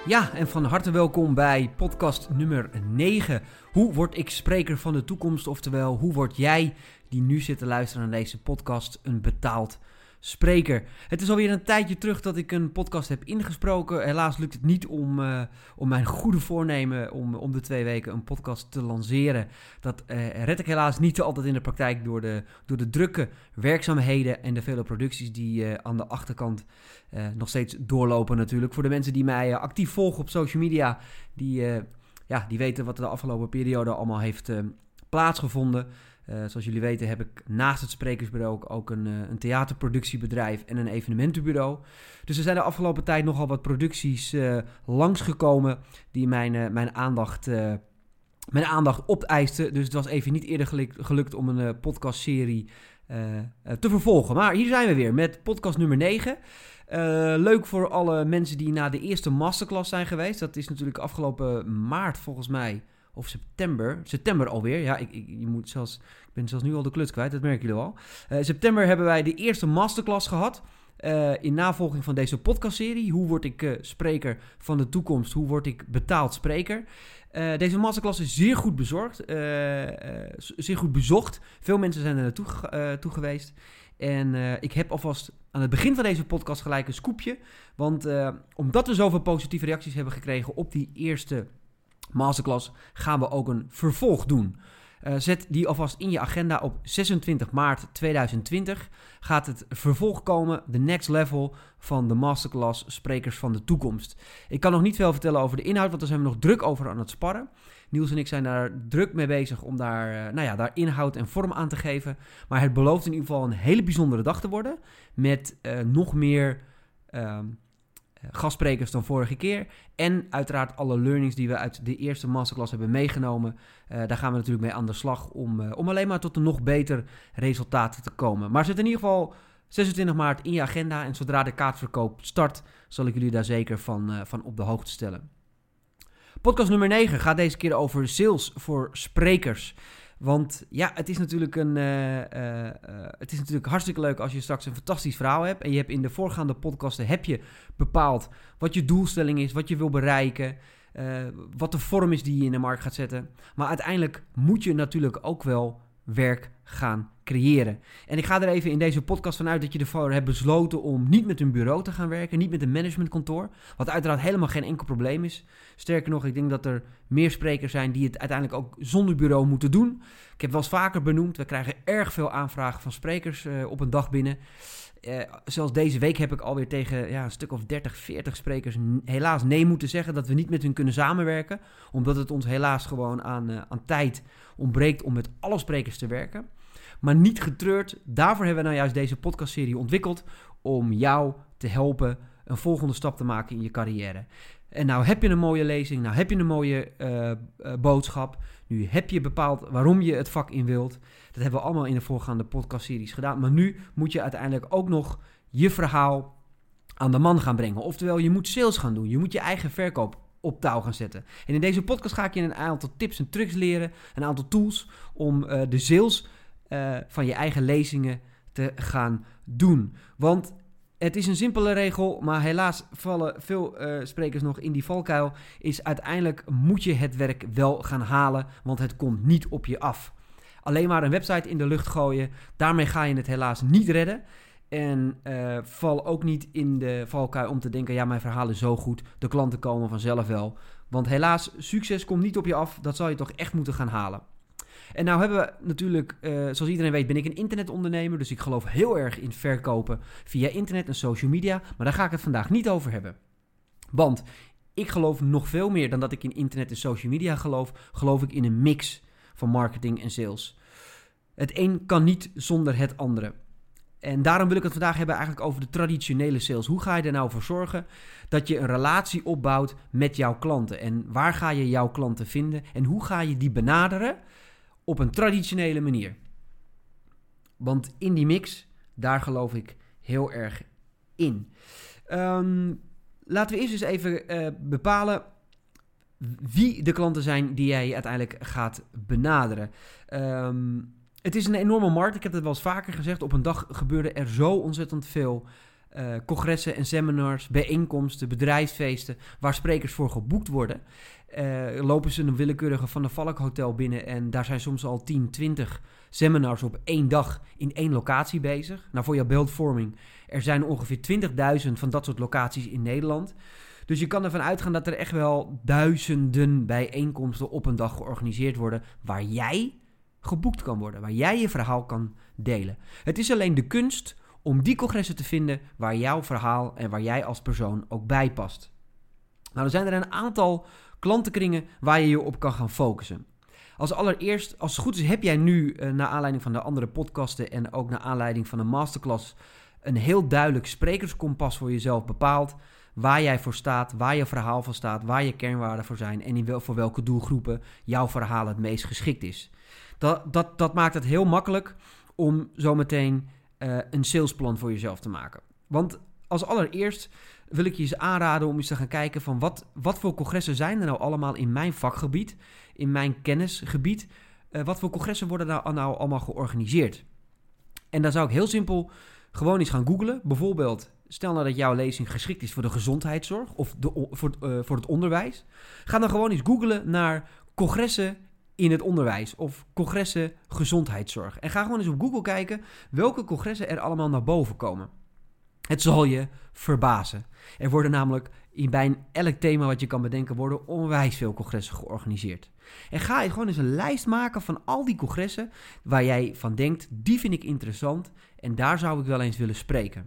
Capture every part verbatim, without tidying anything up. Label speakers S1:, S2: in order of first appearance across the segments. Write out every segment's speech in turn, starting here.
S1: Ja, en van harte welkom bij podcast nummer negen. Hoe word ik spreker van de toekomst? Oftewel, hoe word jij die nu zit te luisteren naar deze podcast een betaald spreker? Het is alweer een tijdje terug dat ik een podcast heb ingesproken. Helaas lukt het niet om, uh, om mijn goede voornemen om om de twee weken een podcast te lanceren. Dat uh, red ik helaas niet altijd in de praktijk door de, door de drukke werkzaamheden en de vele producties die uh, aan de achterkant uh, nog steeds doorlopen natuurlijk. Voor de mensen die mij uh, actief volgen op social media, die, uh, ja, die weten wat er de afgelopen periode allemaal heeft uh, plaatsgevonden. Uh, zoals jullie weten heb ik naast het sprekersbureau ook, ook een, uh, een theaterproductiebedrijf en een evenementenbureau. Dus er zijn de afgelopen tijd nogal wat producties uh, langsgekomen die mijn, uh, mijn, aandacht, uh, mijn aandacht opeisten. Dus het was even niet eerder gelukt, gelukt om een uh, podcastserie uh, uh, te vervolgen. Maar hier zijn we weer met podcast nummer negen. Uh, leuk voor alle mensen die naar de eerste masterclass zijn geweest. Dat is natuurlijk afgelopen maart volgens mij. Of september. September alweer. Ja, ik, ik, je moet zelfs, ik ben zelfs nu al de kluts kwijt. Dat merken jullie al. Uh, in september hebben wij de eerste masterclass gehad. Uh, in navolging van deze podcastserie. Hoe word ik uh, spreker van de toekomst? Hoe word ik betaald spreker? Uh, deze masterclass is zeer goed bezorgd. Uh, uh, zeer goed bezocht. Veel mensen zijn er naartoe uh, toe geweest. En uh, ik heb alvast aan het begin van deze podcast gelijk een scoopje. Want uh, omdat we zoveel positieve reacties hebben gekregen op die eerste masterclass, gaan we ook een vervolg doen. Uh, zet die alvast in je agenda. Op zesentwintig maart tweeduizend twintig gaat het vervolg komen, de next level van de masterclass Sprekers van de Toekomst. Ik kan nog niet veel vertellen over de inhoud, want daar zijn we nog druk over aan het sparren. Niels en ik zijn daar druk mee bezig om daar, uh, nou ja, daar inhoud en vorm aan te geven. Maar het belooft in ieder geval een hele bijzondere dag te worden, met uh, nog meer Uh, gastsprekers dan vorige keer. En uiteraard alle learnings die we uit de eerste masterclass hebben meegenomen. Uh, daar gaan we natuurlijk mee aan de slag om, uh, om alleen maar tot een nog beter resultaat te komen. Maar zet in ieder geval zesentwintig maart in je agenda. En zodra de kaartverkoop start, zal ik jullie daar zeker van, uh, van op de hoogte stellen. Podcast nummer negen gaat deze keer over sales voor sprekers. Want ja, het is natuurlijk een, uh, uh, uh, het is natuurlijk hartstikke leuk als je straks een fantastisch verhaal hebt. En je hebt in de voorgaande podcasten heb je bepaald wat je doelstelling is, wat je wil bereiken, uh, wat de vorm is die je in de markt gaat zetten. Maar uiteindelijk moet je natuurlijk ook wel werk gaan creëren. En ik ga er even in deze podcast vanuit dat je ervoor hebt besloten om niet met een bureau te gaan werken, niet met een managementkantoor, wat uiteraard helemaal geen enkel probleem is. Sterker nog, ik denk dat er meer sprekers zijn die het uiteindelijk ook zonder bureau moeten doen. Ik heb wel eens vaker benoemd, we krijgen erg veel aanvragen van sprekers uh, op een dag binnen. Uh, zelfs deze week heb ik alweer tegen ja, een stuk of dertig, veertig sprekers n- helaas nee moeten zeggen dat we niet met hun kunnen samenwerken. Omdat het ons helaas gewoon aan, uh, aan tijd ontbreekt om met alle sprekers te werken. Maar niet getreurd, daarvoor hebben we nou juist deze podcastserie ontwikkeld om jou te helpen een volgende stap te maken in je carrière. En nou heb je een mooie lezing, nou heb je een mooie uh, uh, boodschap. Nu heb je bepaald waarom je het vak in wilt. Dat hebben we allemaal in de voorgaande podcastseries gedaan. Maar nu moet je uiteindelijk ook nog je verhaal aan de man gaan brengen. Oftewel, je moet sales gaan doen. Je moet je eigen verkoop op touw gaan zetten. En in deze podcast ga ik je een aantal tips en tricks leren. Een aantal tools om uh, de sales uh, van je eigen lezingen te gaan doen. Want het is een simpele regel, maar helaas vallen veel uh, sprekers nog in die valkuil. Is uiteindelijk moet je het werk wel gaan halen, want het komt niet op je af. Alleen maar een website in de lucht gooien, daarmee ga je het helaas niet redden. En uh, val ook niet in de valkuil om te denken, ja, mijn verhaal is zo goed, de klanten komen vanzelf wel. Want helaas, succes komt niet op je af, dat zal je toch echt moeten gaan halen. En nou hebben we natuurlijk, uh, zoals iedereen weet, ben ik een internetondernemer. Dus ik geloof heel erg in verkopen via internet en social media. Maar daar ga ik het vandaag niet over hebben. Want ik geloof nog veel meer dan dat ik in internet en social media geloof. Geloof ik in een mix van marketing en sales. Het een kan niet zonder het andere. En daarom wil ik het vandaag hebben eigenlijk over de traditionele sales. Hoe ga je er nou voor zorgen dat je een relatie opbouwt met jouw klanten? En waar ga je jouw klanten vinden? En hoe ga je die benaderen op een traditionele manier? Want in die mix, daar geloof ik heel erg in. Um, laten we eerst eens even uh, bepalen wie de klanten zijn die jij uiteindelijk gaat benaderen. Um, Het is een enorme markt. Ik heb het wel eens vaker gezegd. Op een dag gebeuren er zo ontzettend veel uh, congressen en seminars, bijeenkomsten, bedrijfsfeesten, waar sprekers voor geboekt worden. Uh, lopen ze een willekeurige Van der Valk hotel binnen en daar zijn soms al tien, twintig seminars op één dag in één locatie bezig. Nou, voor jouw beeldvorming, er zijn ongeveer twintigduizend van dat soort locaties in Nederland. Dus je kan ervan uitgaan dat er echt wel duizenden bijeenkomsten op een dag georganiseerd worden waar jij geboekt kan worden, waar jij je verhaal kan delen. Het is alleen de kunst om die congressen te vinden waar jouw verhaal en waar jij als persoon ook bij past. Nou, er zijn er een aantal klantenkringen waar je je op kan gaan focussen. Als allereerst, als het goed is, heb jij nu, uh, naar aanleiding van de andere podcasten en ook naar aanleiding van de masterclass, een heel duidelijk sprekerskompas voor jezelf bepaald. Waar jij voor staat, waar je verhaal voor staat, waar je kernwaarden voor zijn en in wel, voor welke doelgroepen jouw verhaal het meest geschikt is. Dat, dat, dat maakt het heel makkelijk om zometeen uh, een salesplan voor jezelf te maken. Want als allereerst wil ik je eens aanraden om eens te gaan kijken van wat, wat voor congressen zijn er nou allemaal in mijn vakgebied, in mijn kennisgebied. Uh, wat voor congressen worden nou, nou allemaal georganiseerd? En dan zou ik heel simpel gewoon eens gaan googlen. Bijvoorbeeld, stel nou dat jouw lezing geschikt is voor de gezondheidszorg of de, voor, uh, voor het onderwijs. Ga dan gewoon eens googlen naar congressen in het onderwijs of congressen gezondheidszorg. En ga gewoon eens op Google kijken welke congressen er allemaal naar boven komen. Het zal je verbazen. Er worden namelijk in bijna elk thema wat je kan bedenken worden onwijs veel congressen georganiseerd. En ga je gewoon eens een lijst maken van al die congressen waar jij van denkt, die vind ik interessant en daar zou ik wel eens willen spreken.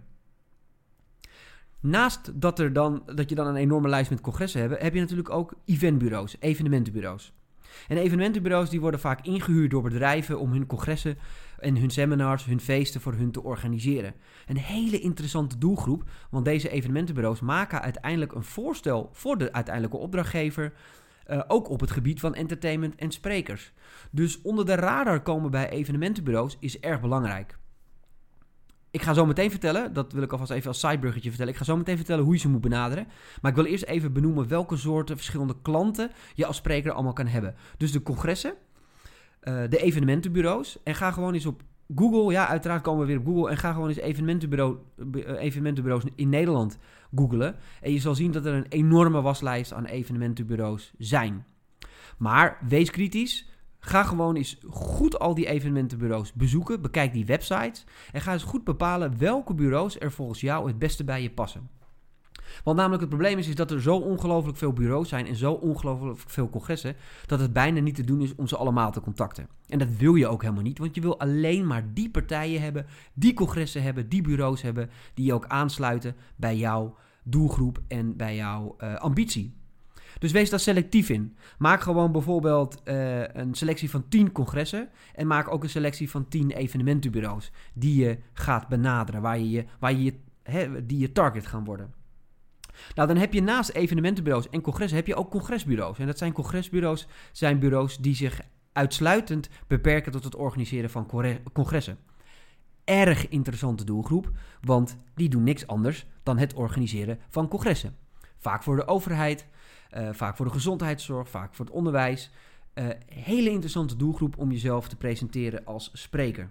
S1: Naast dat, er dan, dat je dan een enorme lijst met congressen hebt, heb je natuurlijk ook eventbureaus, evenementenbureaus. En evenementenbureaus die worden vaak ingehuurd door bedrijven om hun congressen en hun seminars, hun feesten voor hun te organiseren. Een hele interessante doelgroep, want deze evenementenbureaus maken uiteindelijk een voorstel voor de uiteindelijke opdrachtgever, uh, ook op het gebied van entertainment en sprekers. Dus onder de radar komen bij evenementenbureaus is erg belangrijk. Ik ga zo meteen vertellen, dat wil ik alvast even als sidebruggetje vertellen. Ik ga zo meteen vertellen hoe je ze moet benaderen. Maar ik wil eerst even benoemen welke soorten verschillende klanten je als spreker allemaal kan hebben. Dus de congressen, uh, de evenementenbureaus. En ga gewoon eens op Google, ja uiteraard komen we weer op Google. En ga gewoon eens evenementenbureau, uh, evenementenbureaus in Nederland googlen. En je zal zien dat er een enorme waslijst aan evenementenbureaus zijn. Maar wees kritisch. Ga gewoon eens goed al die evenementenbureaus bezoeken. Bekijk die websites. En ga eens goed bepalen welke bureaus er volgens jou het beste bij je passen. Want namelijk het probleem is, is dat er zo ongelooflijk veel bureaus zijn en zo ongelooflijk veel congressen, dat het bijna niet te doen is om ze allemaal te contacten. En dat wil je ook helemaal niet, want je wil alleen maar die partijen hebben, die congressen hebben, die bureaus hebben, die je ook aansluiten bij jouw doelgroep en bij jouw uh, ambitie. Dus wees daar selectief in. Maak gewoon bijvoorbeeld uh, een selectie van tien congressen en maak ook een selectie van tien evenementenbureaus die je gaat benaderen, waar je, waar je, he, die je target gaan worden. Nou, dan heb je naast evenementenbureaus en congressen heb je ook congresbureaus. En dat zijn congresbureaus, zijn bureaus die zich uitsluitend beperken tot het organiseren van congressen. Erg interessante doelgroep, want die doen niks anders dan het organiseren van congressen. Vaak voor de overheid, uh, vaak voor de gezondheidszorg, vaak voor het onderwijs. Uh, hele interessante doelgroep om jezelf te presenteren als spreker.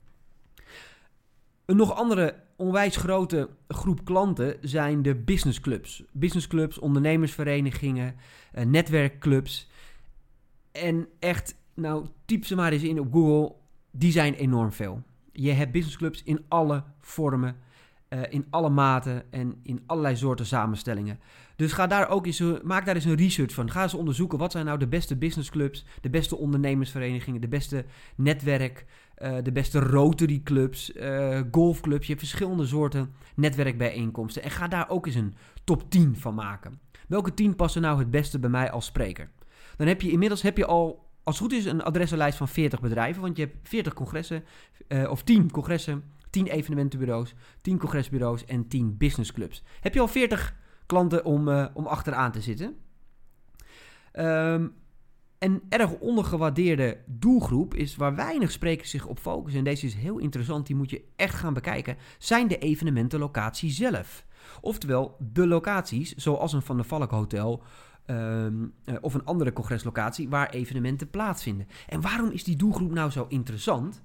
S1: Een nog andere onwijs grote groep klanten zijn de businessclubs. Businessclubs, ondernemersverenigingen, uh, netwerkclubs. En echt, nou typ ze maar eens in op Google, die zijn enorm veel. Je hebt businessclubs in alle vormen, uh, in alle maten en in allerlei soorten samenstellingen. Dus ga daar ook eens, maak daar eens een research van. Ga eens onderzoeken wat zijn nou de beste businessclubs, de beste ondernemersverenigingen, de beste netwerk, uh, de beste Rotary clubs, uh, golfclubs. Je hebt verschillende soorten netwerkbijeenkomsten. En ga daar ook eens een top tien van maken. Welke tien passen nou het beste bij mij als spreker? Dan heb je inmiddels heb je al, als het goed is, een adressenlijst van veertig bedrijven. Want je hebt veertig congressen, uh, of tien congressen, tien evenementenbureaus, tien congresbureaus en tien businessclubs. Heb je al veertig klanten om, uh, om achteraan te zitten. Um, een erg ondergewaardeerde doelgroep is waar weinig sprekers zich op focussen. En deze is heel interessant, die moet je echt gaan bekijken. Zijn de evenementenlocatie zelf. Oftewel de locaties zoals een Van der Valk hotel um, uh, of een andere congreslocatie waar evenementen plaatsvinden. En waarom is die doelgroep nou zo interessant?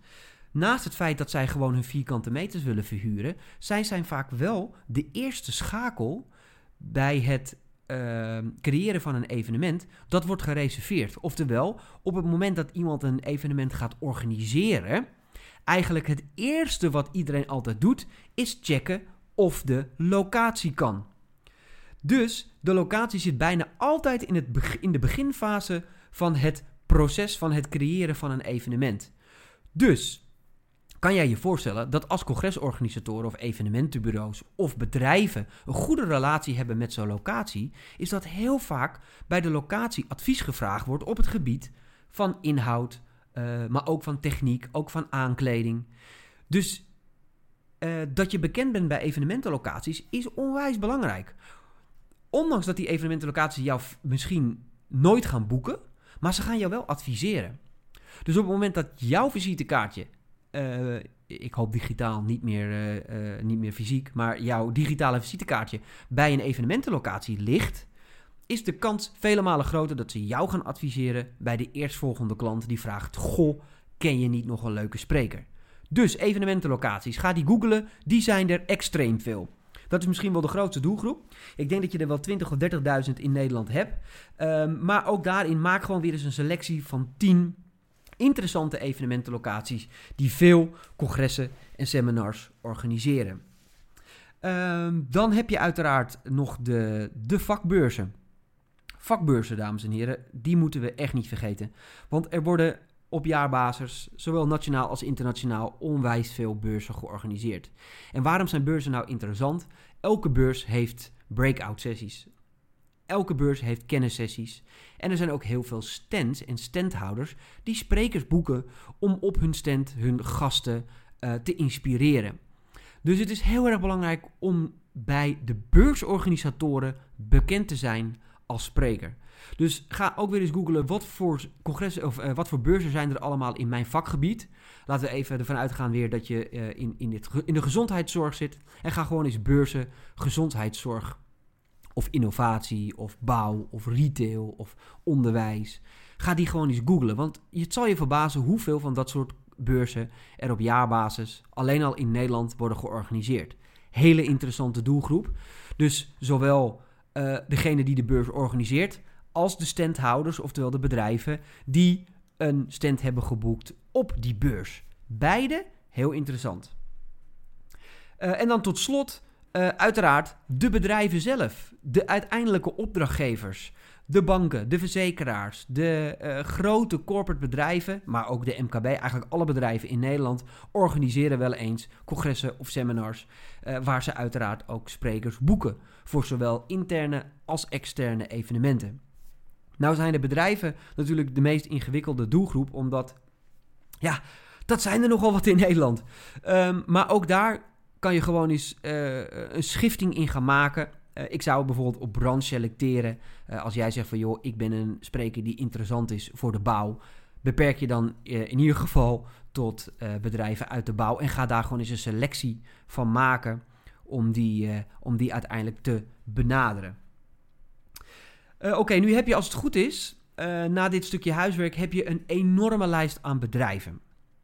S1: naast het feit dat zij gewoon hun vierkante meters willen verhuren, zij zijn vaak wel de eerste schakel bij het uh, creëren van een evenement dat wordt gereserveerd. Oftewel, op het moment dat iemand een evenement gaat organiseren, eigenlijk het eerste wat iedereen altijd doet, is checken of de locatie kan. Dus de locatie zit bijna altijd in, het be- in de beginfase van het proces van het creëren van een evenement. Dus kan jij je voorstellen dat als congresorganisatoren of evenementenbureaus of bedrijven een goede relatie hebben met zo'n locatie, is dat heel vaak bij de locatie advies gevraagd wordt op het gebied van inhoud, uh, maar ook van techniek, ook van aankleding. Dus uh, dat je bekend bent bij evenementenlocaties is onwijs belangrijk. Ondanks dat die evenementenlocaties jou f- misschien nooit gaan boeken, maar ze gaan jou wel adviseren. Dus op het moment dat jouw visitekaartje, uh, ik hoop digitaal, niet meer, uh, uh, niet meer fysiek, maar jouw digitale visitekaartje bij een evenementenlocatie ligt, is de kans vele malen groter dat ze jou gaan adviseren bij de eerstvolgende klant die vraagt, goh, ken je niet nog een leuke spreker? Dus evenementenlocaties, ga die googlen, die zijn er extreem veel. Dat is misschien wel de grootste doelgroep. Ik denk dat je er wel twintig of dertigduizend in Nederland hebt. Um, maar ook daarin maak gewoon weer eens een selectie van tien interessante evenementenlocaties die veel congressen en seminars organiseren. Um, dan heb je uiteraard nog de, de vakbeurzen. Vakbeurzen, dames en heren, die moeten we echt niet vergeten. Want er worden op jaarbasis, zowel nationaal als internationaal, onwijs veel beurzen georganiseerd. En waarom zijn beurzen nou interessant? Elke beurs heeft breakout sessies. Elke beurs heeft kennissessies. En er zijn ook heel veel stands en standhouders die sprekers boeken om op hun stand hun gasten uh, te inspireren. Dus het is heel erg belangrijk om bij de beursorganisatoren bekend te zijn als spreker. Dus ga ook weer eens googlen wat voor congressen of uh, wat voor beurzen zijn er allemaal in mijn vakgebied. Laten we even ervan uitgaan weer dat je uh, in, in, dit, in de gezondheidszorg zit. En ga gewoon eens beurzen gezondheidszorg of innovatie of bouw of retail of onderwijs. Ga die gewoon eens googlen, want het zal je verbazen hoeveel van dat soort beurzen er op jaarbasis alleen al in Nederland worden georganiseerd. Hele interessante doelgroep. Dus zowel uh, degene die de beurs organiseert als de standhouders, oftewel de bedrijven die een stand hebben geboekt op die beurs. Beide heel interessant. Uh, en dan tot slot, uh, uiteraard, de bedrijven zelf. De uiteindelijke opdrachtgevers. De banken, de verzekeraars, de uh, grote corporate bedrijven, maar ook de M K B, eigenlijk alle bedrijven in Nederland, organiseren wel eens congressen of seminars, uh, waar ze uiteraard ook sprekers boeken voor zowel interne als externe evenementen. Nou zijn de bedrijven natuurlijk de meest ingewikkelde doelgroep, omdat, ja, dat zijn er nogal wat in Nederland. Um, maar ook daar kan je gewoon eens uh, een schifting in gaan maken. Uh, ik zou bijvoorbeeld op branche selecteren. Uh, als jij zegt van, joh, ik ben een spreker die interessant is voor de bouw. Beperk je dan uh, in ieder geval tot uh, bedrijven uit de bouw. En ga daar gewoon eens een selectie van maken om die, uh, om die uiteindelijk te benaderen. Uh, Oké, okay, nu heb je, als het goed is, uh, na dit stukje huiswerk, heb je een enorme lijst aan bedrijven.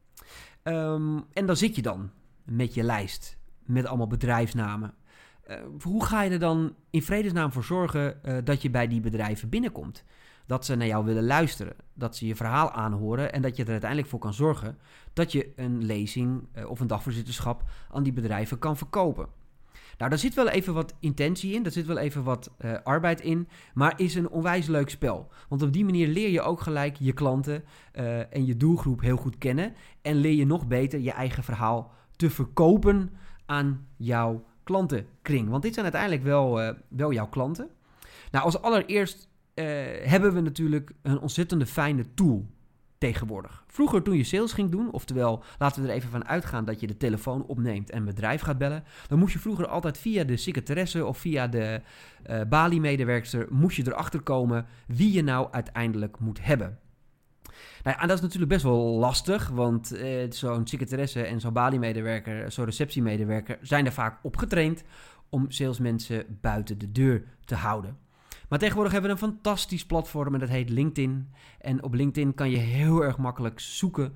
S1: Um, en daar zit je dan met je lijst, met allemaal bedrijfsnamen. Uh, hoe ga je er dan in vredesnaam voor zorgen uh, dat je bij die bedrijven binnenkomt? Dat ze naar jou willen luisteren, dat ze je verhaal aanhoren en dat je er uiteindelijk voor kan zorgen dat je een lezing uh, of een dagvoorzitterschap aan die bedrijven kan verkopen. Nou, daar zit wel even wat intentie in, daar zit wel even wat uh, arbeid in, maar is een onwijs leuk spel. Want op die manier leer je ook gelijk je klanten uh, en je doelgroep heel goed kennen en leer je nog beter je eigen verhaal te verkopen aan jouw klantenkring. Want dit zijn uiteindelijk wel, uh, wel jouw klanten. Nou, als allereerst uh, hebben we natuurlijk een ontzettende fijne tool tegenwoordig. Vroeger toen je sales ging doen, oftewel laten we er even van uitgaan dat je de telefoon opneemt en een bedrijf gaat bellen, dan moest je vroeger altijd via de secretaresse of via de uh, Bali-medewerkster moest je erachter komen wie je nou uiteindelijk moet hebben. Nou ja, en dat is natuurlijk best wel lastig, want uh, zo'n secretaresse en zo'n Bali-medewerker, zo'n receptiemedewerker zijn er vaak op getraind om salesmensen buiten de deur te houden. Maar tegenwoordig hebben we een fantastisch platform en dat heet LinkedIn. En op LinkedIn kan je heel erg makkelijk zoeken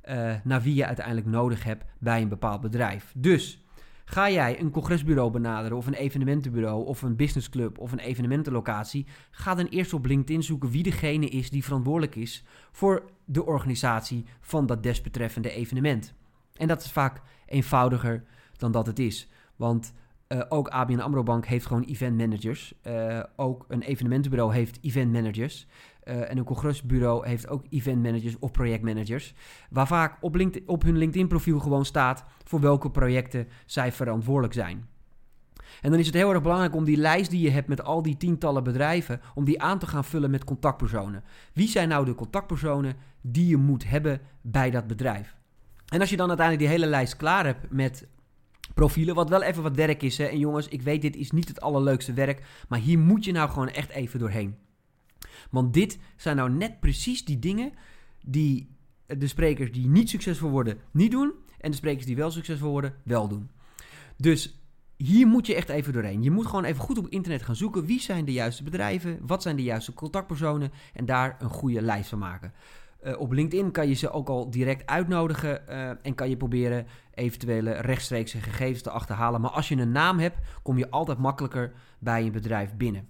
S1: uh, naar wie je uiteindelijk nodig hebt bij een bepaald bedrijf. Dus ga jij een congresbureau benaderen of een evenementenbureau of een businessclub of een evenementenlocatie, ga dan eerst op LinkedIn zoeken wie degene is die verantwoordelijk is voor de organisatie van dat desbetreffende evenement. En dat is vaak eenvoudiger dan dat het is, want Uh, ook A B N AMRO Bank heeft gewoon event managers. Uh, ook een evenementenbureau heeft event managers. Uh, en een congresbureau heeft ook event managers of projectmanagers. Waar vaak op, LinkedIn, op hun LinkedIn profiel gewoon staat voor welke projecten zij verantwoordelijk zijn. En dan is het heel erg belangrijk om die lijst die je hebt met al die tientallen bedrijven, om die aan te gaan vullen met contactpersonen. Wie zijn nou de contactpersonen die je moet hebben bij dat bedrijf? En als je dan uiteindelijk die hele lijst klaar hebt met profielen, wat wel even wat werk is. Hè? En jongens, ik weet, dit is niet het allerleukste werk, maar hier moet je nou gewoon echt even doorheen. Want dit zijn nou net precies die dingen die de sprekers die niet succesvol worden, niet doen. En de sprekers die wel succesvol worden, wel doen. Dus hier moet je echt even doorheen. Je moet gewoon even goed op internet gaan zoeken. Wie zijn de juiste bedrijven? Wat zijn de juiste contactpersonen? En daar een goede lijst van maken. Uh, op LinkedIn kan je ze ook al direct uitnodigen uh, en kan je proberen eventuele rechtstreekse gegevens te achterhalen. Maar als je een naam hebt, kom je altijd makkelijker bij een bedrijf binnen.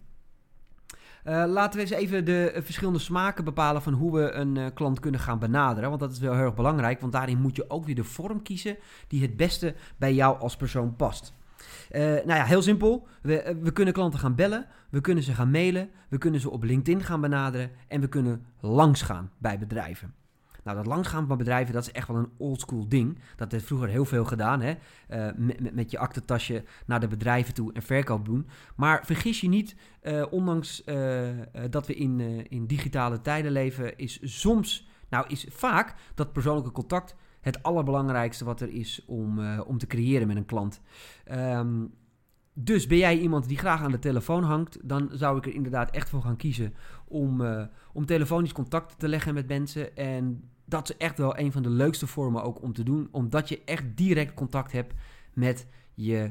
S1: Uh, laten we eens even de uh, verschillende smaken bepalen van hoe we een uh, klant kunnen gaan benaderen. Want dat is wel heel erg belangrijk, want daarin moet je ook weer de vorm kiezen die het beste bij jou als persoon past. Uh, nou ja, heel simpel. We, we kunnen klanten gaan bellen, we kunnen ze gaan mailen, we kunnen ze op LinkedIn gaan benaderen en we kunnen langsgaan bij bedrijven. Nou, dat langsgaan bij bedrijven, dat is echt wel een oldschool ding. Dat heeft vroeger heel veel gedaan, hè? Uh, met, met je aktentasje naar de bedrijven toe en verkoop doen. Maar vergis je niet, uh, ondanks uh, uh, dat we in, uh, in digitale tijden leven, is soms, nou is vaak dat persoonlijke contact het allerbelangrijkste wat er is om, uh, om te creëren met een klant. Um, dus ben jij iemand die graag aan de telefoon hangt, dan zou ik er inderdaad echt voor gaan kiezen om, uh, om telefonisch contact te leggen met mensen. En dat is echt wel een van de leukste vormen ook om te doen, omdat je echt direct contact hebt met je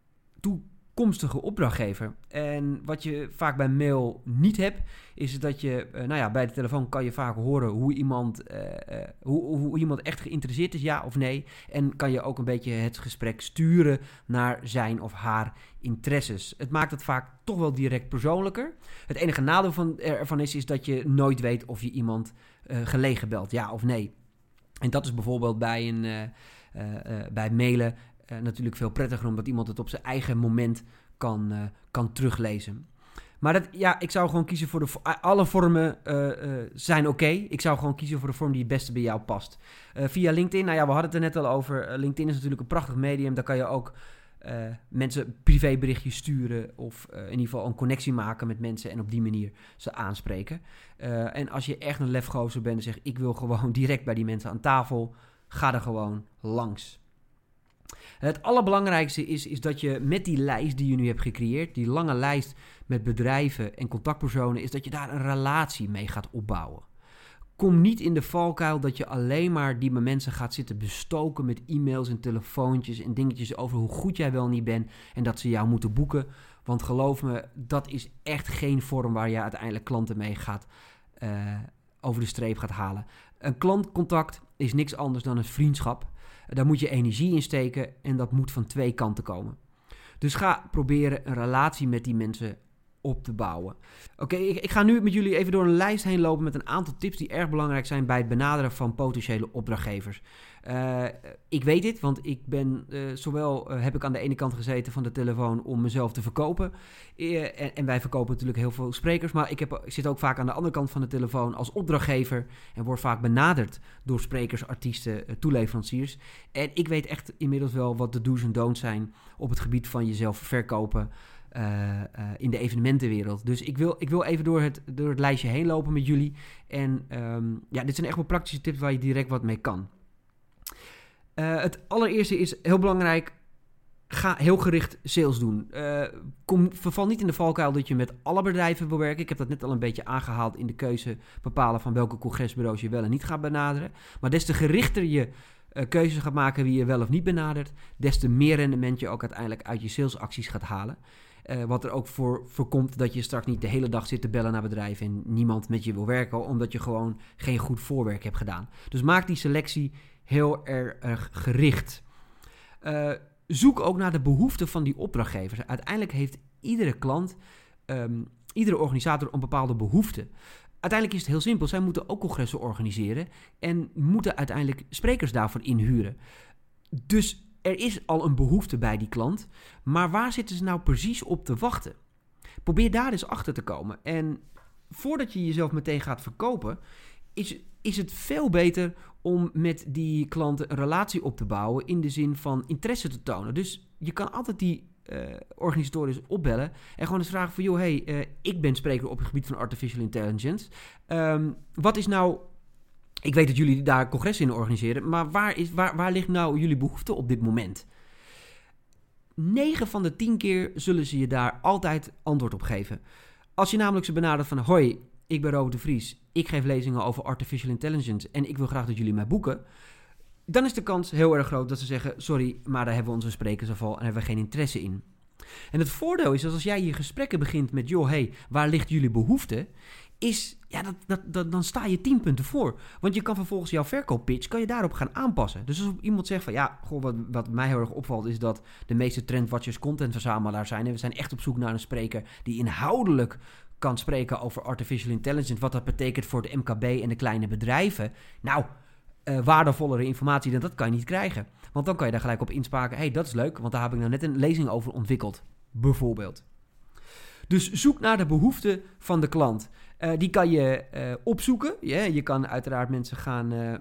S1: toekomstige opdrachtgever. En wat je vaak bij mail niet hebt, is dat je, uh, nou ja, bij de telefoon kan je vaak horen hoe iemand, uh, uh, hoe, hoe iemand echt geïnteresseerd is, ja of nee. En kan je ook een beetje het gesprek sturen naar zijn of haar interesses. Het maakt het vaak toch wel direct persoonlijker. Het enige nadeel van, ervan is, is dat je nooit weet of je iemand uh, gelegen belt, ja of nee. En dat is bijvoorbeeld bij, een, uh, uh, uh, bij mailen uh, natuurlijk veel prettiger, omdat iemand het op zijn eigen moment kan, uh, kan teruglezen. Maar dat, ja, ik zou gewoon kiezen voor de... Alle vormen uh, uh, zijn oké. Okay. Ik zou gewoon kiezen voor de vorm die het beste bij jou past. Uh, via LinkedIn, nou ja, we hadden het er net al over. Uh, LinkedIn is natuurlijk een prachtig medium. Daar kan je ook uh, mensen privéberichtjes sturen of uh, in ieder geval een connectie maken met mensen en op die manier ze aanspreken. Uh, en als je echt een lefgozer bent en zegt, ik wil gewoon direct bij die mensen aan tafel, ga er gewoon langs. Het allerbelangrijkste is, is dat je met die lijst die je nu hebt gecreëerd, die lange lijst met bedrijven en contactpersonen, is dat je daar een relatie mee gaat opbouwen. Kom niet in de valkuil dat je alleen maar die mensen gaat zitten bestoken met e-mails en telefoontjes en dingetjes over hoe goed jij wel niet bent en dat ze jou moeten boeken. Want geloof me, dat is echt geen vorm waar je uiteindelijk klanten mee gaat, uh, over de streep gaat halen. Een klantcontact is niks anders dan een vriendschap. Daar moet je energie in steken en dat moet van twee kanten komen. Dus ga proberen een relatie met die mensen op te bouwen. Oké, okay, ik, ik ga nu met jullie even door een lijst heen lopen met een aantal tips die erg belangrijk zijn bij het benaderen van potentiële opdrachtgevers. Uh, ik weet dit, want ik ben uh, zowel uh, heb ik aan de ene kant gezeten van de telefoon om mezelf te verkopen. Uh, en, en wij verkopen natuurlijk heel veel sprekers, maar ik, heb, ik zit ook vaak aan de andere kant van de telefoon als opdrachtgever en word vaak benaderd door sprekers, artiesten, uh, toeleveranciers. En ik weet echt inmiddels wel wat de do's en don'ts zijn op het gebied van jezelf verkopen. Uh, uh, in de evenementenwereld. Dus ik wil, ik wil even door het, door het lijstje heen lopen met jullie. En um, ja, dit zijn echt wel praktische tips waar je direct wat mee kan. Uh, het allereerste is heel belangrijk. Ga heel gericht sales doen. Uh, kom, verval niet in de valkuil dat je met alle bedrijven wil werken. Ik heb dat net al een beetje aangehaald in de keuze bepalen van welke congresbureaus je wel en niet gaat benaderen. Maar des te gerichter je uh, keuzes gaat maken wie je wel of niet benadert, des te meer rendement je ook uiteindelijk uit je salesacties gaat halen. Uh, wat er ook voor voorkomt dat je straks niet de hele dag zit te bellen naar bedrijven en niemand met je wil werken, omdat je gewoon geen goed voorwerk hebt gedaan. Dus maak die selectie heel erg gericht. Uh, zoek ook naar de behoeften van die opdrachtgevers. Uiteindelijk heeft iedere klant, um, iedere organisator een bepaalde behoefte. Uiteindelijk is het heel simpel. Zij moeten ook congressen organiseren en moeten uiteindelijk sprekers daarvoor inhuren. Dus er is al een behoefte bij die klant, maar waar zitten ze nou precies op te wachten? Probeer daar eens achter te komen. En voordat je jezelf meteen gaat verkopen, is, is het veel beter om met die klanten een relatie op te bouwen in de zin van interesse te tonen. Dus je kan altijd die uh, organisatoren eens opbellen en gewoon eens vragen van, joh, hey, uh, ik ben spreker op het gebied van artificial intelligence. Um, wat is nou... Ik weet dat jullie daar congressen in organiseren, maar waar, is, waar, waar ligt nou jullie behoefte op dit moment? negen van de tien keer zullen ze je daar altijd antwoord op geven. Als je namelijk ze benadert van, hoi, ik ben Robert de Vries, ik geef lezingen over artificial intelligence en ik wil graag dat jullie mij boeken, dan is de kans heel erg groot dat ze zeggen, sorry, maar daar hebben we onze sprekersafval en hebben we geen interesse in. En het voordeel is dat als jij je gesprekken begint met, joh, hey, waar ligt jullie behoefte? Is, ja, dat, dat, dat, dan sta je tien punten voor. Want je kan vervolgens jouw verkooppitch, kan je daarop gaan aanpassen. Dus als iemand zegt van, ja, goh, wat, wat mij heel erg opvalt is dat de meeste trendwatchers contentverzamelaar zijn. En we zijn echt op zoek naar een spreker die inhoudelijk kan spreken over artificial intelligence. Wat dat betekent voor de M K B en de kleine bedrijven. Nou, uh, waardevollere informatie dan dat kan je niet krijgen. Want dan kan je daar gelijk op inspaken. Hé, hey, dat is leuk, want daar heb ik nou net een lezing over ontwikkeld. Bijvoorbeeld. Dus zoek naar de behoeften van de klant. Uh, die kan je uh, opzoeken. Yeah, je kan uiteraard mensen gaan, uh, uh,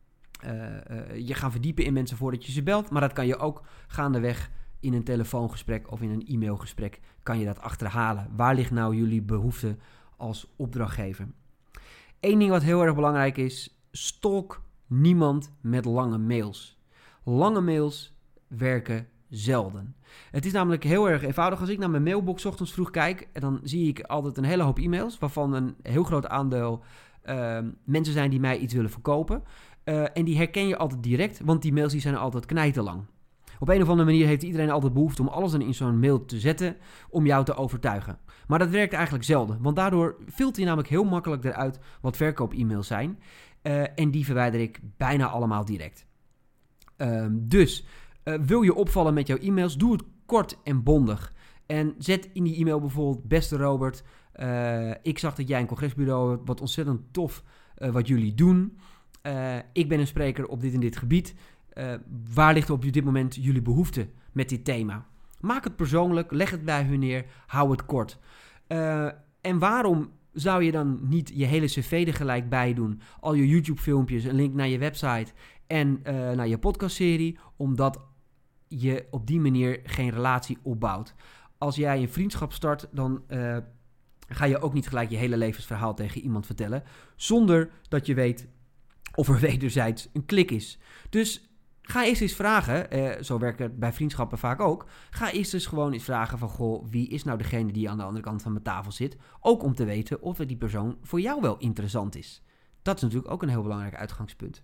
S1: uh, je gaan verdiepen in mensen voordat je ze belt. Maar dat kan je ook gaandeweg in een telefoongesprek of in een e-mailgesprek kan je dat achterhalen. Waar ligt nou jullie behoefte als opdrachtgever? Eén ding wat heel erg belangrijk is, stalk niemand met lange mails. Lange mails werken zelden. Het is namelijk heel erg eenvoudig. Als ik naar mijn mailbox 's ochtends vroeg kijk, dan zie ik altijd een hele hoop e-mails, waarvan een heel groot aandeel uh, mensen zijn die mij iets willen verkopen. Uh, en die herken je altijd direct, want die mails die zijn altijd knijterlang. Op een of andere manier heeft iedereen altijd behoefte om alles in zo'n mail te zetten om jou te overtuigen. Maar dat werkt eigenlijk zelden, want daardoor filter je namelijk heel makkelijk eruit wat verkoop-e-mails zijn. Uh, en die verwijder ik bijna allemaal direct. Uh, dus... Uh, wil je opvallen met jouw e-mails? Doe het kort en bondig. En zet in die e-mail bijvoorbeeld, beste Robert, uh, ik zag dat jij een congresbureau hebt, wat ontzettend tof uh, wat jullie doen. Uh, ik ben een spreker op dit en dit gebied. Uh, waar ligt op dit moment jullie behoefte met dit thema? Maak het persoonlijk, leg het bij hun neer, hou het kort. Uh, en waarom zou je dan niet je hele cv er gelijk bij doen? Al je YouTube-filmpjes, een link naar je website en uh, naar je podcastserie, omdat je op die manier geen relatie opbouwt. Als jij een vriendschap start, dan uh, ga je ook niet gelijk je hele levensverhaal tegen iemand vertellen, zonder dat je weet of er wederzijds een klik is. Dus ga eerst eens vragen, uh, zo werkt het bij vriendschappen vaak ook, ga eerst eens gewoon eens vragen van, goh, wie is nou degene die aan de andere kant van mijn tafel zit? Ook om te weten of die persoon voor jou wel interessant is. Dat is natuurlijk ook een heel belangrijk uitgangspunt.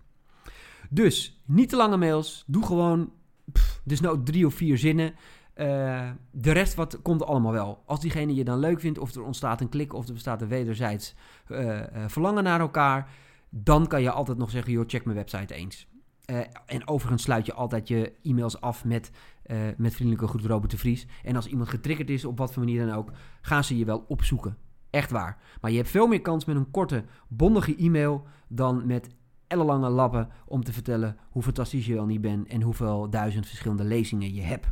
S1: Dus, niet te lange mails, doe gewoon Pff, dus nou drie of vier zinnen. Uh, de rest wat komt allemaal wel. Als diegene je dan leuk vindt, of er ontstaat een klik, of er bestaat een wederzijds uh, uh, verlangen naar elkaar, dan kan je altijd nog zeggen, joh, check mijn website eens. Uh, en overigens sluit je altijd je e-mails af met, uh, met vriendelijke groet Robert de Vries. En als iemand getriggerd is, op wat voor manier dan ook, gaan ze je wel opzoeken. Echt waar. Maar je hebt veel meer kans met een korte, bondige e-mail dan met ellenlange lappen om te vertellen hoe fantastisch je wel niet bent en hoeveel duizend verschillende lezingen je hebt.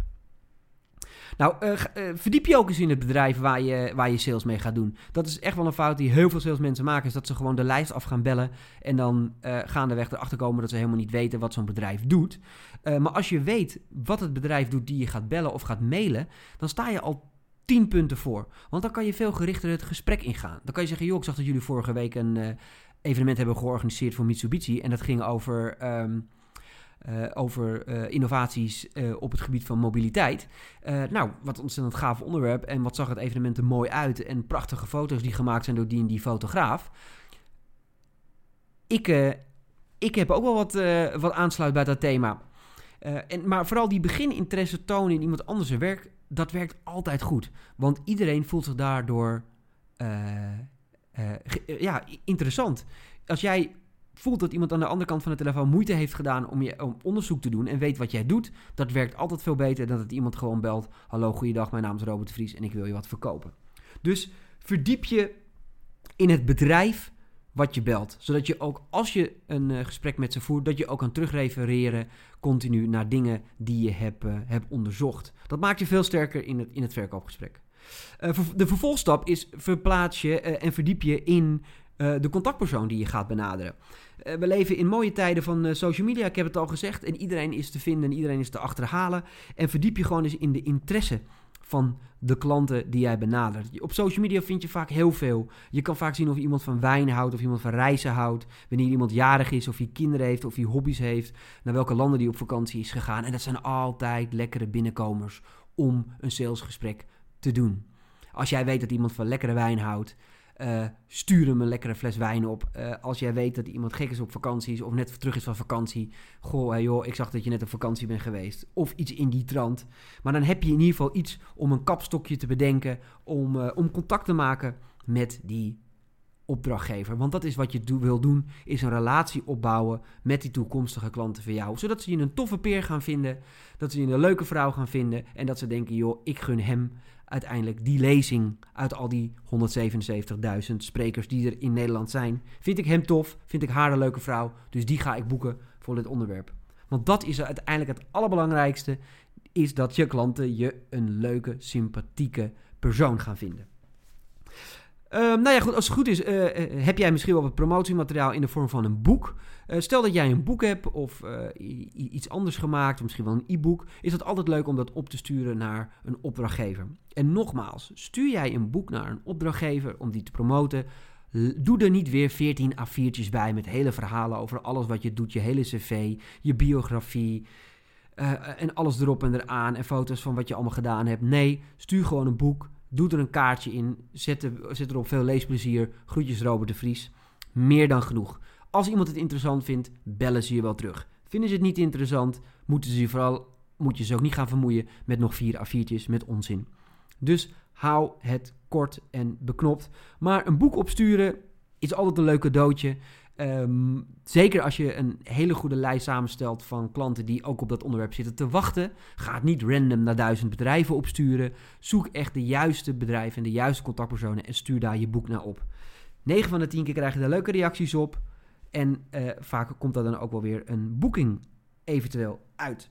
S1: Nou, uh, uh, verdiep je ook eens in het bedrijf waar je, waar je sales mee gaat doen. Dat is echt wel een fout die heel veel salesmensen maken, is dat ze gewoon de lijst af gaan bellen en dan uh, gaandeweg erachter komen dat ze helemaal niet weten wat zo'n bedrijf doet. Uh, maar als je weet wat het bedrijf doet die je gaat bellen of gaat mailen, dan sta je al tien punten voor. Want dan kan je veel gerichter het gesprek ingaan. Dan kan je zeggen, joh, ik zag dat jullie vorige week een uh, evenement hebben georganiseerd voor Mitsubishi en dat ging over... Um, Uh, over uh, innovaties uh, op het gebied van mobiliteit. Uh, nou, wat een ontzettend gaaf onderwerp. En wat zag het evenement er mooi uit. En prachtige foto's die gemaakt zijn door die en die fotograaf. Ik, uh, ik heb ook wel wat, uh, wat aansluit bij dat thema. Uh, en, maar vooral die begininteresse tonen in iemand anders zijn werk, dat werkt altijd goed. Want iedereen voelt zich daardoor uh, uh, ge- uh, ja, interessant. Als jij voelt dat iemand aan de andere kant van de telefoon moeite heeft gedaan om, je, om onderzoek te doen en weet wat jij doet, dat werkt altijd veel beter dan dat iemand gewoon belt. Hallo, goeiedag, mijn naam is Robert de Vries en ik wil je wat verkopen. Dus verdiep je in het bedrijf wat je belt. Zodat je ook, als je een uh, gesprek met ze voert, dat je ook kan terugrefereren continu naar dingen die je hebt uh, heb onderzocht. Dat maakt je veel sterker in het, in het verkoopgesprek. Uh, de vervolgstap is verplaats je uh, en verdiep je in uh, de contactpersoon die je gaat benaderen. Uh, we leven in mooie tijden van uh, social media, ik heb het al gezegd. En iedereen is te vinden en iedereen is te achterhalen. En verdiep je gewoon eens in de interesse van de klanten die jij benadert. Op social media vind je vaak heel veel. Je kan vaak zien of iemand van wijn houdt, of iemand van reizen houdt. Wanneer iemand jarig is, of hij kinderen heeft, of hij hobby's heeft. Naar welke landen die op vakantie is gegaan. En dat zijn altijd lekkere binnenkomers om een salesgesprek te doen. Als jij weet dat iemand van lekkere wijn houdt, Uh, stuur hem een lekkere fles wijn op. Uh, als jij weet dat iemand gek is op vakanties of net terug is van vakantie. Goh, hey joh, ik zag dat je net op vakantie bent geweest. Of iets in die trant. Maar dan heb je in ieder geval iets om een kapstokje te bedenken. Om, uh, om contact te maken met die opdrachtgever. Want dat is wat je do- wil doen, is een relatie opbouwen met die toekomstige klanten van jou. Zodat ze je een toffe peer gaan vinden. Dat ze je een leuke vrouw gaan vinden. En dat ze denken, joh, ik gun hem uiteindelijk die lezing uit al die honderdzevenenzeventigduizend sprekers die er in Nederland zijn. Vind ik hem tof, vind ik haar een leuke vrouw, dus die ga ik boeken voor dit onderwerp. Want dat is uiteindelijk het allerbelangrijkste, is dat je klanten je een leuke, sympathieke persoon gaan vinden. Uh, nou ja, goed, als het goed is, uh, uh, heb jij misschien wel wat promotiemateriaal in de vorm van een boek. Uh, stel dat jij een boek hebt of uh, i- iets anders gemaakt, of misschien wel een e-book. Is het altijd leuk om dat op te sturen naar een opdrachtgever. En nogmaals, stuur jij een boek naar een opdrachtgever om die te promoten, doe er niet weer veertien A viertjes bij met hele verhalen over alles wat je doet, je hele cv, je biografie uh, en alles erop en eraan en foto's van wat je allemaal gedaan hebt. Nee, stuur gewoon een boek. Doe er een kaartje in, zet, er, zet erop veel leesplezier. Groetjes Robert de Vries. Meer dan genoeg. Als iemand het interessant vindt, bellen ze je wel terug. Vinden ze het niet interessant, moeten ze je vooral, moet je ze ook niet gaan vermoeien met nog vier A viertjes met onzin. Dus hou het kort en beknopt. Maar een boek opsturen is altijd een leuk cadeautje. Um, zeker als je een hele goede lijst samenstelt van klanten die ook op dat onderwerp zitten te wachten. Ga het niet random naar duizend bedrijven opsturen. Zoek echt de juiste bedrijven en de juiste contactpersonen en stuur daar je boek naar op. negen van de tien keer krijg je daar leuke reacties op. En uh, vaak komt daar dan ook wel weer een boeking eventueel uit.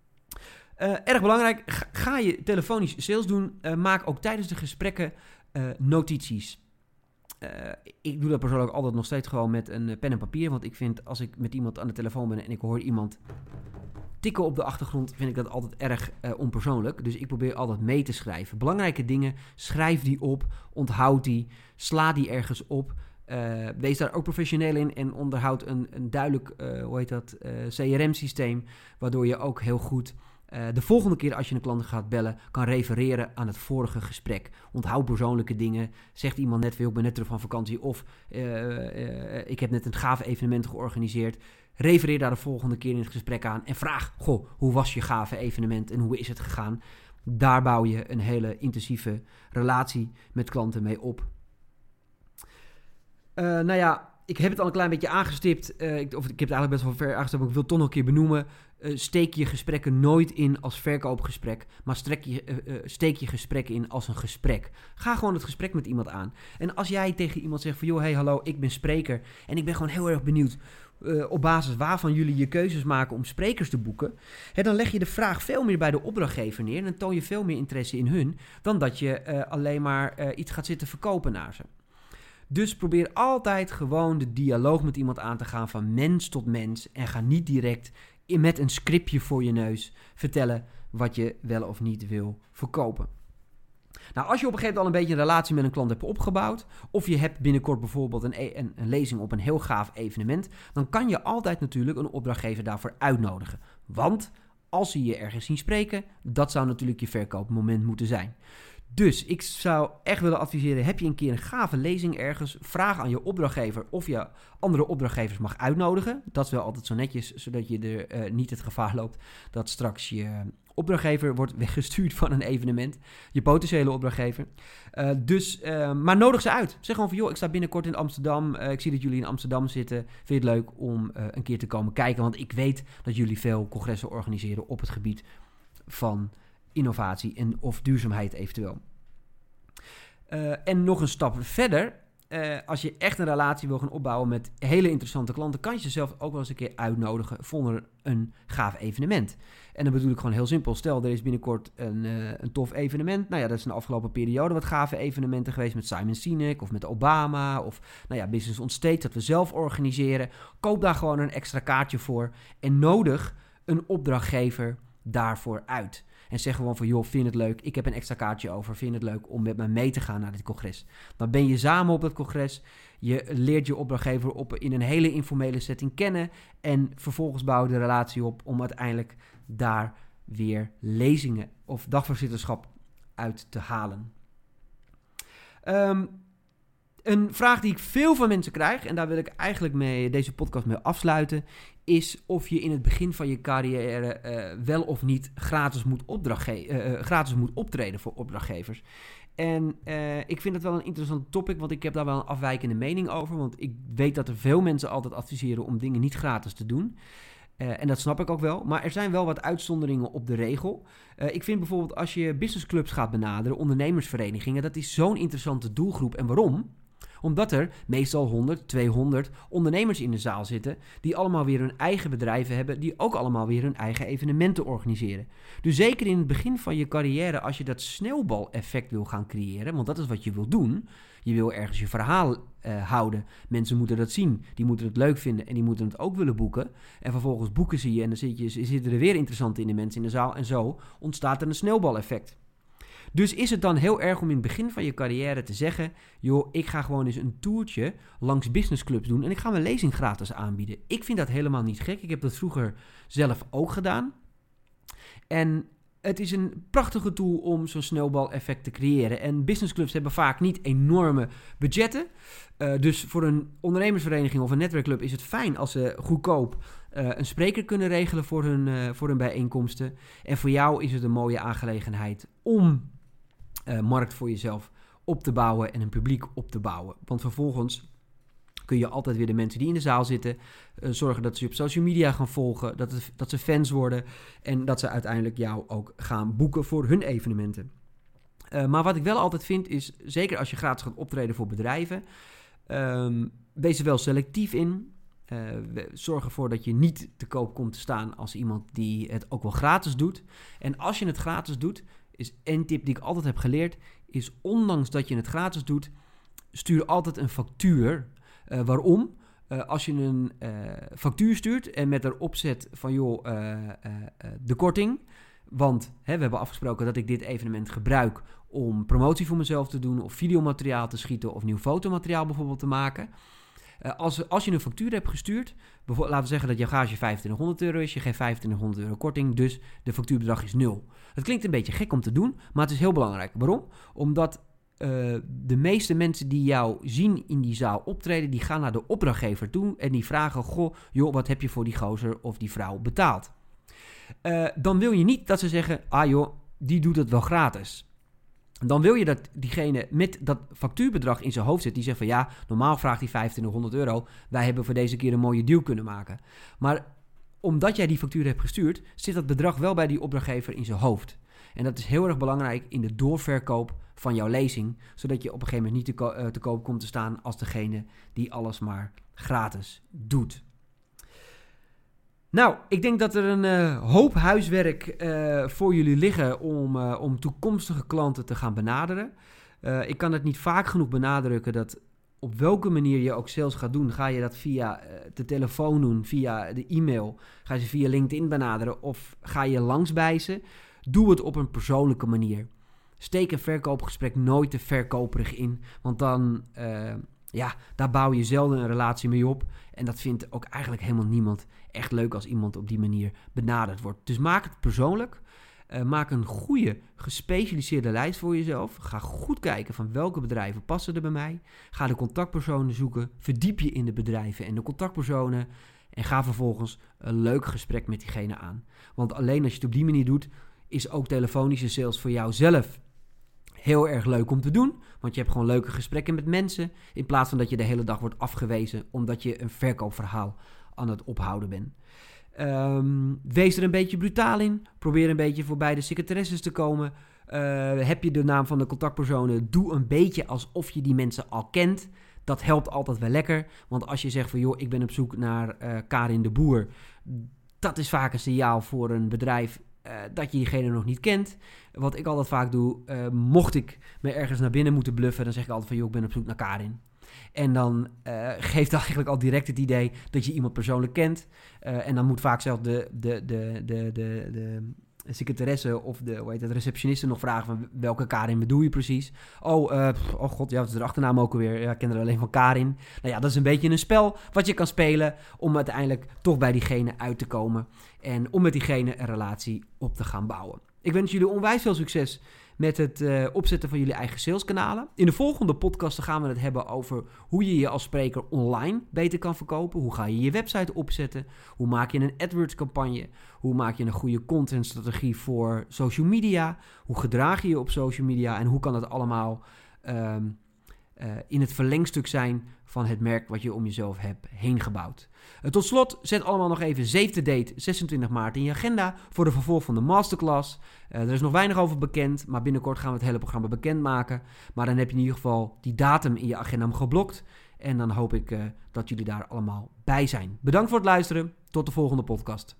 S1: Uh, erg belangrijk, ga, ga je telefonisch sales doen, uh, maak ook tijdens de gesprekken uh, notities. Uh, ik doe dat persoonlijk altijd nog steeds gewoon met een pen en papier. Want ik vind, als ik met iemand aan de telefoon ben en ik hoor iemand tikken op de achtergrond, vind ik dat altijd erg uh, onpersoonlijk. Dus ik probeer altijd mee te schrijven. Belangrijke dingen, schrijf die op, onthoud die, sla die ergens op. Uh, wees daar ook professioneel in en onderhoud een, een duidelijk, uh, hoe heet dat, uh, C R M-systeem. Waardoor je ook heel goed Uh, de volgende keer als je een klant gaat bellen, kan refereren aan het vorige gesprek. Onthoud persoonlijke dingen. Zegt iemand net, ik ben net terug van vakantie. Of uh, uh, ik heb net een gave evenement georganiseerd. Refereer daar de volgende keer in het gesprek aan. En vraag, goh, hoe was je gave evenement en hoe is het gegaan? Daar bouw je een hele intensieve relatie met klanten mee op. Uh, nou ja, ik heb het al een klein beetje aangestipt. Uh, ik, of ik heb het eigenlijk best wel ver aangestipt, maar ik wil het toch nog een keer benoemen. Uh, steek je gesprekken nooit in als verkoopgesprek, maar strek je, uh, uh, steek je gesprekken in als een gesprek. Ga gewoon het gesprek met iemand aan. En als jij tegen iemand zegt van, joh, hey, hallo, ik ben spreker en ik ben gewoon heel erg benieuwd uh, op basis waarvan jullie je keuzes maken om sprekers te boeken, hè, dan leg je de vraag veel meer bij de opdrachtgever neer en dan toon je veel meer interesse in hun dan dat je uh, alleen maar uh, iets gaat zitten verkopen naar ze. Dus probeer altijd gewoon de dialoog met iemand aan te gaan van mens tot mens en ga niet direct met een scriptje voor je neus vertellen wat je wel of niet wil verkopen. Nou, als je op een gegeven moment al een beetje een relatie met een klant hebt opgebouwd, of je hebt binnenkort bijvoorbeeld een, een, een lezing op een heel gaaf evenement, dan kan je altijd natuurlijk een opdrachtgever daarvoor uitnodigen. Want als ze je ergens zien spreken, dat zou natuurlijk je verkoopmoment moeten zijn. Dus ik zou echt willen adviseren, heb je een keer een gave lezing ergens, vraag aan je opdrachtgever of je andere opdrachtgevers mag uitnodigen. Dat is wel altijd zo netjes, zodat je er uh, niet het gevaar loopt dat straks je opdrachtgever wordt weggestuurd van een evenement. Je potentiële opdrachtgever. Uh, dus, uh, maar nodig ze uit. Zeg gewoon van, joh, ik sta binnenkort in Amsterdam. Uh, ik zie dat jullie in Amsterdam zitten. Vind je het leuk om uh, een keer te komen kijken? Want ik weet dat jullie veel congressen organiseren op het gebied van innovatie en of duurzaamheid eventueel. Uh, en nog een stap verder. Uh, als je echt een relatie wil gaan opbouwen met hele interessante klanten, kan je jezelf ook wel eens een keer uitnodigen voor een gaaf evenement. En dan bedoel ik gewoon heel simpel. Stel, er is binnenkort een, uh, een tof evenement. Nou ja, dat is in de afgelopen periode wat gave evenementen geweest met Simon Sinek of met Obama of nou ja, Business on Stage dat we zelf organiseren. Koop daar gewoon een extra kaartje voor en nodig een opdrachtgever daarvoor uit. En zeg gewoon van, joh, vind het leuk, ik heb een extra kaartje over, vind het leuk om met me mee te gaan naar dit congres. Dan ben je samen op het congres, je leert je opdrachtgever op in een hele informele setting kennen en vervolgens bouw je de relatie op om uiteindelijk daar weer lezingen of dagvoorzitterschap uit te halen. Um, Een vraag die ik veel van mensen krijg, en daar wil ik eigenlijk mee deze podcast mee afsluiten, is of je in het begin van je carrière uh, wel of niet gratis moet, opdrachtge- uh, gratis moet optreden voor opdrachtgevers. En uh, ik vind het wel een interessant topic, want ik heb daar wel een afwijkende mening over. Want ik weet dat er veel mensen altijd adviseren om dingen niet gratis te doen. Uh, en dat snap ik ook wel. Maar er zijn wel wat uitzonderingen op de regel. Uh, ik vind bijvoorbeeld als je businessclubs gaat benaderen, ondernemersverenigingen, dat is zo'n interessante doelgroep. En waarom? Omdat er meestal honderd, tweehonderd ondernemers in de zaal zitten die allemaal weer hun eigen bedrijven hebben, die ook allemaal weer hun eigen evenementen organiseren. Dus zeker in het begin van je carrière, als je dat sneeuwbaleffect wil gaan creëren, want dat is wat je wil doen, je wil ergens je verhaal uh, houden. Mensen moeten dat zien, die moeten het leuk vinden en die moeten het ook willen boeken. En vervolgens boeken ze je en dan zit je, zitten er weer interessante in de mensen in de zaal en zo ontstaat er een sneeuwbaleffect. Dus is het dan heel erg om in het begin van je carrière te zeggen, joh, ik ga gewoon eens een toertje langs businessclubs doen en ik ga mijn lezing gratis aanbieden. Ik vind dat helemaal niet gek. Ik heb dat vroeger zelf ook gedaan. En het is een prachtige tool om zo'n sneeuwbaleffect te creëren. En businessclubs hebben vaak niet enorme budgetten. Uh, dus voor een ondernemersvereniging of een netwerkclub is het fijn als ze goedkoop uh, een spreker kunnen regelen voor hun, uh, voor hun bijeenkomsten. En voor jou is het een mooie aangelegenheid om uh, markt voor jezelf op te bouwen en een publiek op te bouwen. Want vervolgens kun je altijd weer de mensen die in de zaal zitten uh, zorgen dat ze je op social media gaan volgen, dat, het, dat ze fans worden en dat ze uiteindelijk jou ook gaan boeken voor hun evenementen. Uh, maar wat ik wel altijd vind is, zeker als je gratis gaat optreden voor bedrijven, um, wees er wel selectief in. Uh, zorg ervoor dat je niet te koop komt te staan als iemand die het ook wel gratis doet. En als je het gratis doet, is één tip die ik altijd heb geleerd, is ondanks dat je het gratis doet, stuur altijd een factuur. Uh, waarom? Uh, als je een uh, factuur stuurt en met erop zet van joh, uh, uh, uh, de korting. Want hè, we hebben afgesproken dat ik dit evenement gebruik om promotie voor mezelf te doen of videomateriaal te schieten of nieuw fotomateriaal bijvoorbeeld te maken. Uh, als, als je een factuur hebt gestuurd, laten we zeggen dat jouw gage vijfentwintighonderd euro is, je geeft vijfentwintighonderd euro korting, dus de factuurbedrag is nul. Dat klinkt een beetje gek om te doen, maar het is heel belangrijk. Waarom? Omdat Uh, de meeste mensen die jou zien in die zaal optreden, die gaan naar de opdrachtgever toe en die vragen, goh, joh, wat heb je voor die gozer of die vrouw betaald? Uh, dan wil je niet dat ze zeggen, ah joh, die doet het wel gratis. Dan wil je dat diegene met dat factuurbedrag in zijn hoofd zit, die zegt van ja, normaal vraagt hij vijfentwintighonderd euro, wij hebben voor deze keer een mooie deal kunnen maken. Maar omdat jij die factuur hebt gestuurd, zit dat bedrag wel bij die opdrachtgever in zijn hoofd. En dat is heel erg belangrijk in de doorverkoop van jouw lezing, zodat je op een gegeven moment niet te, ko- uh, te koop komt te staan als degene die alles maar gratis doet. Nou, ik denk dat er een uh, hoop huiswerk uh, voor jullie liggen om, uh, om toekomstige klanten te gaan benaderen. Uh, ik kan het niet vaak genoeg benadrukken dat op welke manier je ook sales gaat doen, ga je dat via uh, de telefoon doen, via de e-mail, ga je ze via LinkedIn benaderen of ga je langs bij ze. Doe het op een persoonlijke manier. Steek een verkoopgesprek nooit te verkoperig in, want dan, uh, ja, daar bouw je zelden een relatie mee op. En dat vindt ook eigenlijk helemaal niemand echt leuk als iemand op die manier benaderd wordt. Dus maak het persoonlijk. Uh, maak een goede, gespecialiseerde lijst voor jezelf. Ga goed kijken van welke bedrijven passen er bij mij. Ga de contactpersonen zoeken. Verdiep je in de bedrijven en de contactpersonen. En ga vervolgens een leuk gesprek met diegene aan. Want alleen als je het op die manier doet, is ook telefonische sales voor jou zelf heel erg leuk om te doen. Want je hebt gewoon leuke gesprekken met mensen. In plaats van dat je de hele dag wordt afgewezen omdat je een verkoopverhaal aan het ophouden bent. Um, wees er een beetje brutaal in. Probeer een beetje voorbij de secretaresses te komen. Uh, heb je de naam van de contactpersonen, doe een beetje alsof je die mensen al kent. Dat helpt altijd wel lekker. Want als je zegt van joh, ik ben op zoek naar uh, Karin de Boer. Dat is vaak een signaal voor een bedrijf uh, dat je diegene nog niet kent. Wat ik altijd vaak doe, uh, mocht ik me ergens naar binnen moeten bluffen, dan zeg ik altijd van joh, ik ben op zoek naar Karin. En dan uh, geeft dat eigenlijk al direct het idee dat je iemand persoonlijk kent. Uh, en dan moet vaak zelfs de, de, de, de, de, de secretaresse of de, hoe heet het, receptioniste nog vragen van welke Karin bedoel je precies. Oh, uh, oh god, ja, wat is de achternaam ook alweer? Ja, ik ken er alleen van Karin. Nou ja, dat is een beetje een spel wat je kan spelen om uiteindelijk toch bij diegene uit te komen. En om met diegene een relatie op te gaan bouwen. Ik wens jullie onwijs veel succes met het uh, opzetten van jullie eigen saleskanalen. In de volgende podcast gaan we het hebben over hoe je je als spreker online beter kan verkopen. Hoe ga je je website opzetten? Hoe maak je een AdWords campagne? Hoe maak je een goede contentstrategie voor social media? Hoe gedraag je je op social media? En hoe kan dat allemaal um, uh, in het verlengstuk zijn van het merk wat je om jezelf hebt heen gebouwd. Uh, tot slot, zet allemaal nog even Save the Date zesentwintig maart in je agenda voor de vervolg van de masterclass. Uh, er is nog weinig over bekend, maar binnenkort gaan we het hele programma bekendmaken. Maar dan heb je in ieder geval die datum in je agenda geblokt. En dan hoop ik uh, dat jullie daar allemaal bij zijn. Bedankt voor het luisteren. Tot de volgende podcast.